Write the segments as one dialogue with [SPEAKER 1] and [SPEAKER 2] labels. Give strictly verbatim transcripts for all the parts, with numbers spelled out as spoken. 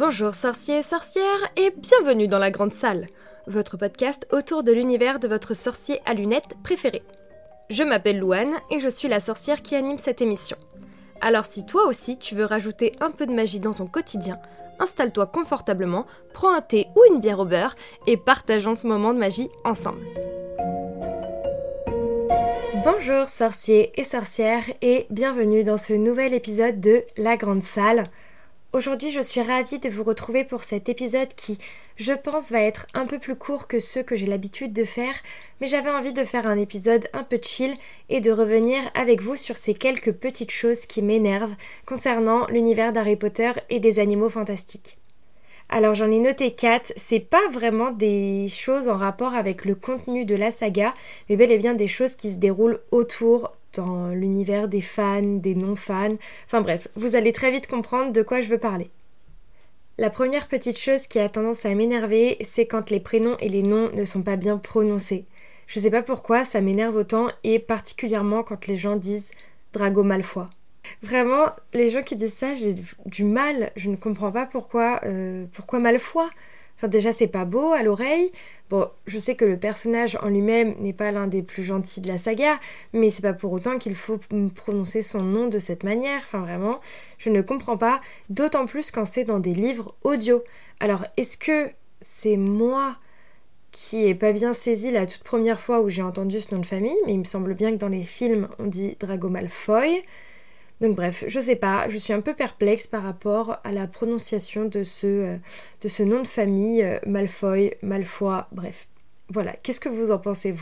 [SPEAKER 1] Bonjour sorciers et sorcières et bienvenue dans la grande salle, votre podcast autour de l'univers de votre sorcier à lunettes préféré. Je m'appelle Louane et je suis la sorcière qui anime cette émission. Alors si toi aussi tu veux rajouter un peu de magie dans ton quotidien, installe-toi confortablement, prends un thé ou une bière au beurre et partageons ce moment de magie ensemble. Bonjour sorciers et sorcières et bienvenue dans ce nouvel épisode de La Grande Salle. Aujourd'hui, je suis ravie de vous retrouver pour cet épisode qui, je pense, va être un peu plus court que ceux que j'ai l'habitude de faire, mais j'avais envie de faire un épisode un peu chill et de revenir avec vous sur ces quelques petites choses qui m'énervent concernant l'univers d'Harry Potter et des animaux fantastiques. Alors j'en ai noté quatre, c'est pas vraiment des choses en rapport avec le contenu de la saga, mais bel et bien des choses qui se déroulent autour dans l'univers des fans, des non-fans, enfin bref, vous allez très vite comprendre de quoi je veux parler. La première petite chose qui a tendance à m'énerver, c'est quand les prénoms et les noms ne sont pas bien prononcés. Je sais pas pourquoi, ça m'énerve autant, et particulièrement quand les gens disent Drago Malfoy. Vraiment, les gens qui disent ça, j'ai du mal, je ne comprends pas pourquoi, euh, pourquoi Malfoy. Enfin déjà c'est pas beau à l'oreille, bon je sais que le personnage en lui-même n'est pas l'un des plus gentils de la saga, mais c'est pas pour autant qu'il faut prononcer son nom de cette manière, enfin vraiment, je ne comprends pas, d'autant plus quand c'est dans des livres audio. Alors est-ce que c'est moi qui ai pas bien saisi la toute première fois où j'ai entendu ce nom de famille, mais il me semble bien que dans les films on dit Drago Malfoy. Donc bref, je sais pas, je suis un peu perplexe par rapport à la prononciation de ce, euh, de ce nom de famille, euh, Malfoy, Malfoy, bref. Voilà, qu'est-ce que vous en pensez vous ?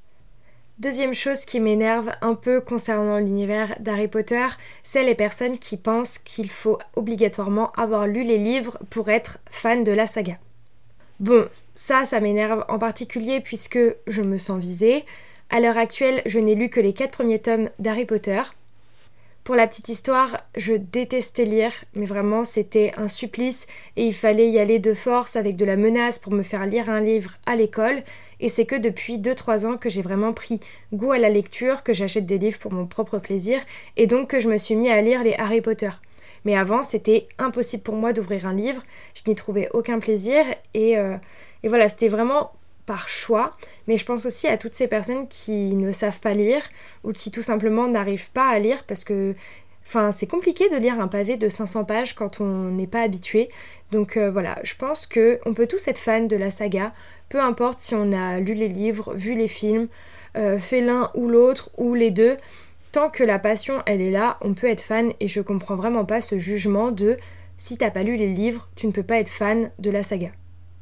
[SPEAKER 1] Deuxième chose qui m'énerve un peu concernant l'univers d'Harry Potter, c'est les personnes qui pensent qu'il faut obligatoirement avoir lu les livres pour être fan de la saga. Bon, ça, ça m'énerve en particulier puisque je me sens visée. À l'heure actuelle, je n'ai lu que les quatre premiers tomes d'Harry Potter. Pour la petite histoire, je détestais lire, mais vraiment c'était un supplice et il fallait y aller de force avec de la menace pour me faire lire un livre à l'école, et c'est que depuis deux trois ans que j'ai vraiment pris goût à la lecture, que j'achète des livres pour mon propre plaisir et donc que je me suis mis à lire les Harry Potter. Mais avant c'était impossible pour moi d'ouvrir un livre, je n'y trouvais aucun plaisir et, euh, et voilà, c'était vraiment par choix, mais je pense aussi à toutes ces personnes qui ne savent pas lire ou qui tout simplement n'arrivent pas à lire parce que enfin, c'est compliqué de lire un pavé de cinq cents pages quand on n'est pas habitué. Donc euh, voilà, je pense qu'on peut tous être fans de la saga, peu importe si on a lu les livres, vu les films, euh, fait l'un ou l'autre ou les deux. Tant que la passion elle est là, on peut être fan et je comprends vraiment pas ce jugement de si t'as pas lu les livres, tu ne peux pas être fan de la saga.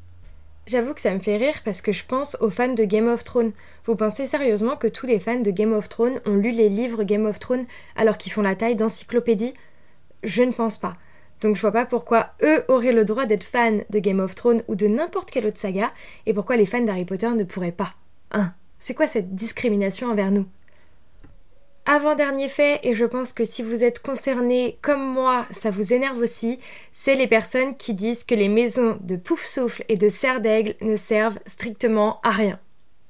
[SPEAKER 1] J'avoue que ça me fait rire parce que je pense aux fans de Game of Thrones. Vous pensez sérieusement que tous les fans de Game of Thrones ont lu les livres Game of Thrones alors qu'ils font la taille d'encyclopédie ? Je ne pense pas. Donc je vois pas pourquoi eux auraient le droit d'être fans de Game of Thrones ou de n'importe quelle autre saga et pourquoi les fans d'Harry Potter ne pourraient pas. Hein ? C'est quoi cette discrimination envers nous ? Avant-dernier fait, et je pense que si vous êtes concernés comme moi, ça vous énerve aussi, c'est les personnes qui disent que les maisons de Poufsouffle et de Serre d'Aigle ne servent strictement à rien.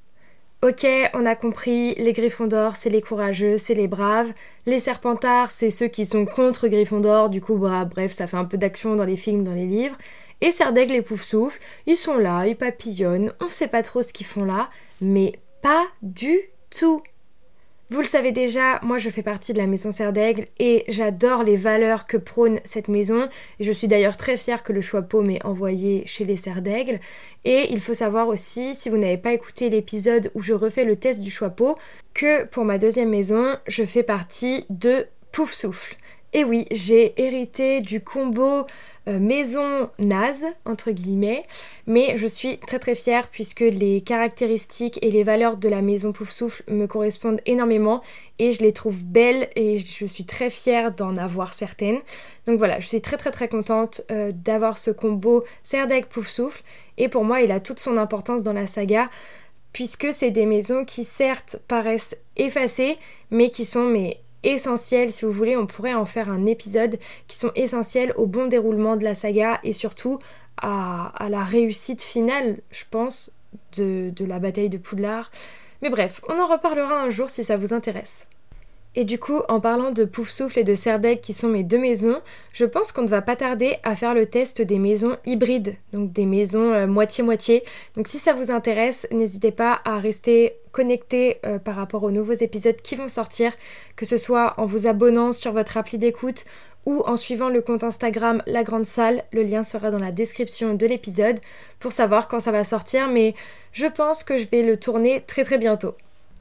[SPEAKER 1] Ok, on a compris, les Gryffondors, c'est les courageux, c'est les braves, les Serpentards, c'est ceux qui sont contre Gryffondor, du coup, bah, bref, ça fait un peu d'action dans les films, dans les livres, et Serre d'Aigle et Poufsouffle, ils sont là, ils papillonnent, on sait pas trop ce qu'ils font là, mais pas du tout. Vous le savez déjà, moi je fais partie de la maison Serre d'Aigle et j'adore les valeurs que prône cette maison. Je suis d'ailleurs très fière que le Choixpeau m'ait envoyé chez les Serre d'Aigle. Et il faut savoir aussi, si vous n'avez pas écouté l'épisode où je refais le test du Choixpeau, que pour ma deuxième maison, je fais partie de Poufsouffle. Et oui, j'ai hérité du combo euh, maison naze, entre guillemets, mais je suis très très fière puisque les caractéristiques et les valeurs de la maison Poufsouffle me correspondent énormément et je les trouve belles et je suis très fière d'en avoir certaines. Donc voilà, je suis très très très contente euh, d'avoir ce combo Serre d'Aigle Poufsouffle et pour moi il a toute son importance dans la saga puisque c'est des maisons qui certes paraissent effacées mais qui sont mais essentiels, si vous voulez, on pourrait en faire un épisode qui sont essentiels au bon déroulement de la saga et surtout à, à la réussite finale, je pense, de, de la bataille de Poudlard. Mais bref, on en reparlera un jour si ça vous intéresse. Et du coup, en parlant de Poufsouffle et de Serdaigle qui sont mes deux maisons, je pense qu'on ne va pas tarder à faire le test des maisons hybrides, donc des maisons euh, moitié-moitié. Donc si ça vous intéresse, n'hésitez pas à rester connecté euh, par rapport aux nouveaux épisodes qui vont sortir, que ce soit en vous abonnant sur votre appli d'écoute ou en suivant le compte Instagram La Grande Salle. Le lien sera dans la description de l'épisode pour savoir quand ça va sortir, mais je pense que je vais le tourner très très bientôt.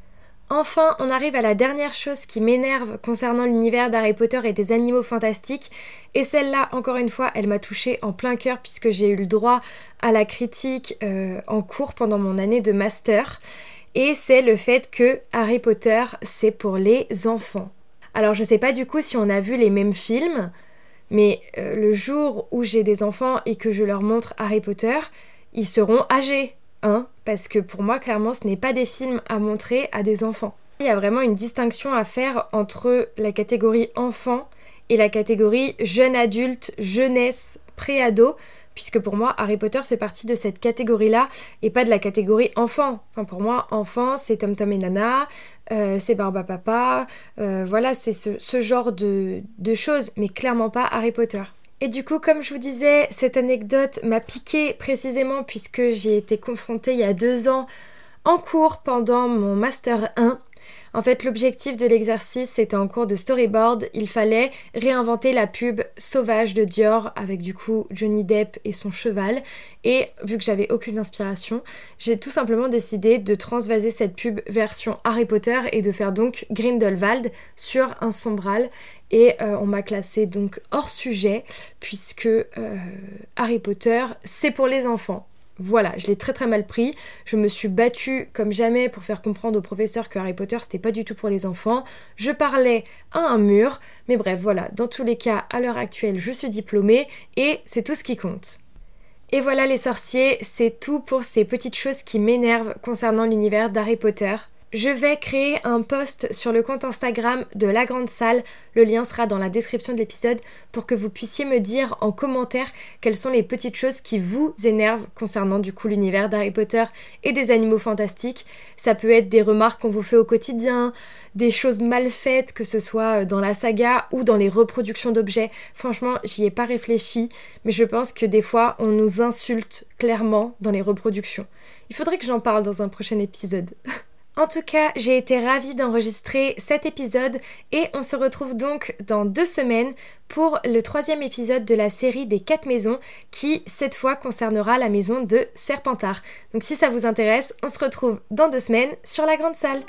[SPEAKER 1] Enfin, on arrive à la dernière chose qui m'énerve concernant l'univers d'Harry Potter et des animaux fantastiques. Et celle-là, encore une fois, elle m'a touchée en plein cœur puisque j'ai eu le droit à la critique euh, en cours pendant mon année de master. Et c'est le fait que Harry Potter, c'est pour les enfants. Alors je sais pas du coup si on a vu les mêmes films, mais euh, le jour où j'ai des enfants et que je leur montre Harry Potter, ils seront âgés. Hein, parce que pour moi, clairement, ce n'est pas des films à montrer à des enfants. Il y a vraiment une distinction à faire entre la catégorie enfant et la catégorie jeune adulte, jeunesse, pré-ado, puisque pour moi, Harry Potter fait partie de cette catégorie-là et pas de la catégorie enfant. Enfin, pour moi, enfant, c'est Tom Tom et Nana, euh, c'est Barba Papa, euh, voilà, c'est ce, ce genre de, de choses, mais clairement pas Harry Potter. Et du coup, comme je vous disais, cette anecdote m'a piquée précisément puisque j'ai été confrontée il y a deux ans en cours pendant mon Master un. En fait, l'objectif de l'exercice, c'était en cours de storyboard. Il fallait réinventer la pub sauvage de Dior avec du coup Johnny Depp et son cheval. Et vu que j'avais aucune inspiration, j'ai tout simplement décidé de transvaser cette pub version Harry Potter et de faire donc Grindelwald sur un sombral. Et euh, on m'a classé donc hors sujet puisque euh, Harry Potter, c'est pour les enfants. Voilà, je l'ai très très mal pris. Je me suis battue comme jamais pour faire comprendre au professeur que Harry Potter c'était pas du tout pour les enfants. Je parlais à un mur, mais bref, voilà. Dans tous les cas, à l'heure actuelle, je suis diplômée et c'est tout ce qui compte. Et voilà les sorciers, c'est tout pour ces petites choses qui m'énervent concernant l'univers d'Harry Potter. Je vais créer un post sur le compte Instagram de La Grande Salle, le lien sera dans la description de l'épisode pour que vous puissiez me dire en commentaire quelles sont les petites choses qui vous énervent concernant du coup l'univers d'Harry Potter et des animaux fantastiques. Ça peut être des remarques qu'on vous fait au quotidien, des choses mal faites, que ce soit dans la saga ou dans les reproductions d'objets. Franchement, j'y ai pas réfléchi, mais je pense que des fois on nous insulte clairement dans les reproductions. Il faudrait que j'en parle dans un prochain épisode. En tout cas, j'ai été ravie d'enregistrer cet épisode et on se retrouve donc dans deux semaines pour le troisième épisode de la série des quatre maisons qui, cette fois, concernera la maison de Serpentard. Donc si ça vous intéresse, on se retrouve dans deux semaines sur La Grande Salle.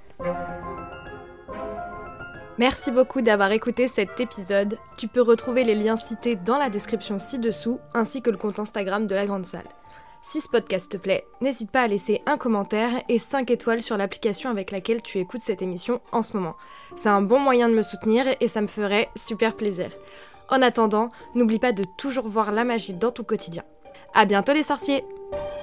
[SPEAKER 1] Merci beaucoup d'avoir écouté cet épisode. Tu peux retrouver les liens cités dans la description ci-dessous ainsi que le compte Instagram de La Grande Salle. Si ce podcast te plaît, n'hésite pas à laisser un commentaire et cinq étoiles sur l'application avec laquelle tu écoutes cette émission en ce moment. C'est un bon moyen de me soutenir et ça me ferait super plaisir. En attendant, n'oublie pas de toujours voir la magie dans ton quotidien. À bientôt les sorciers!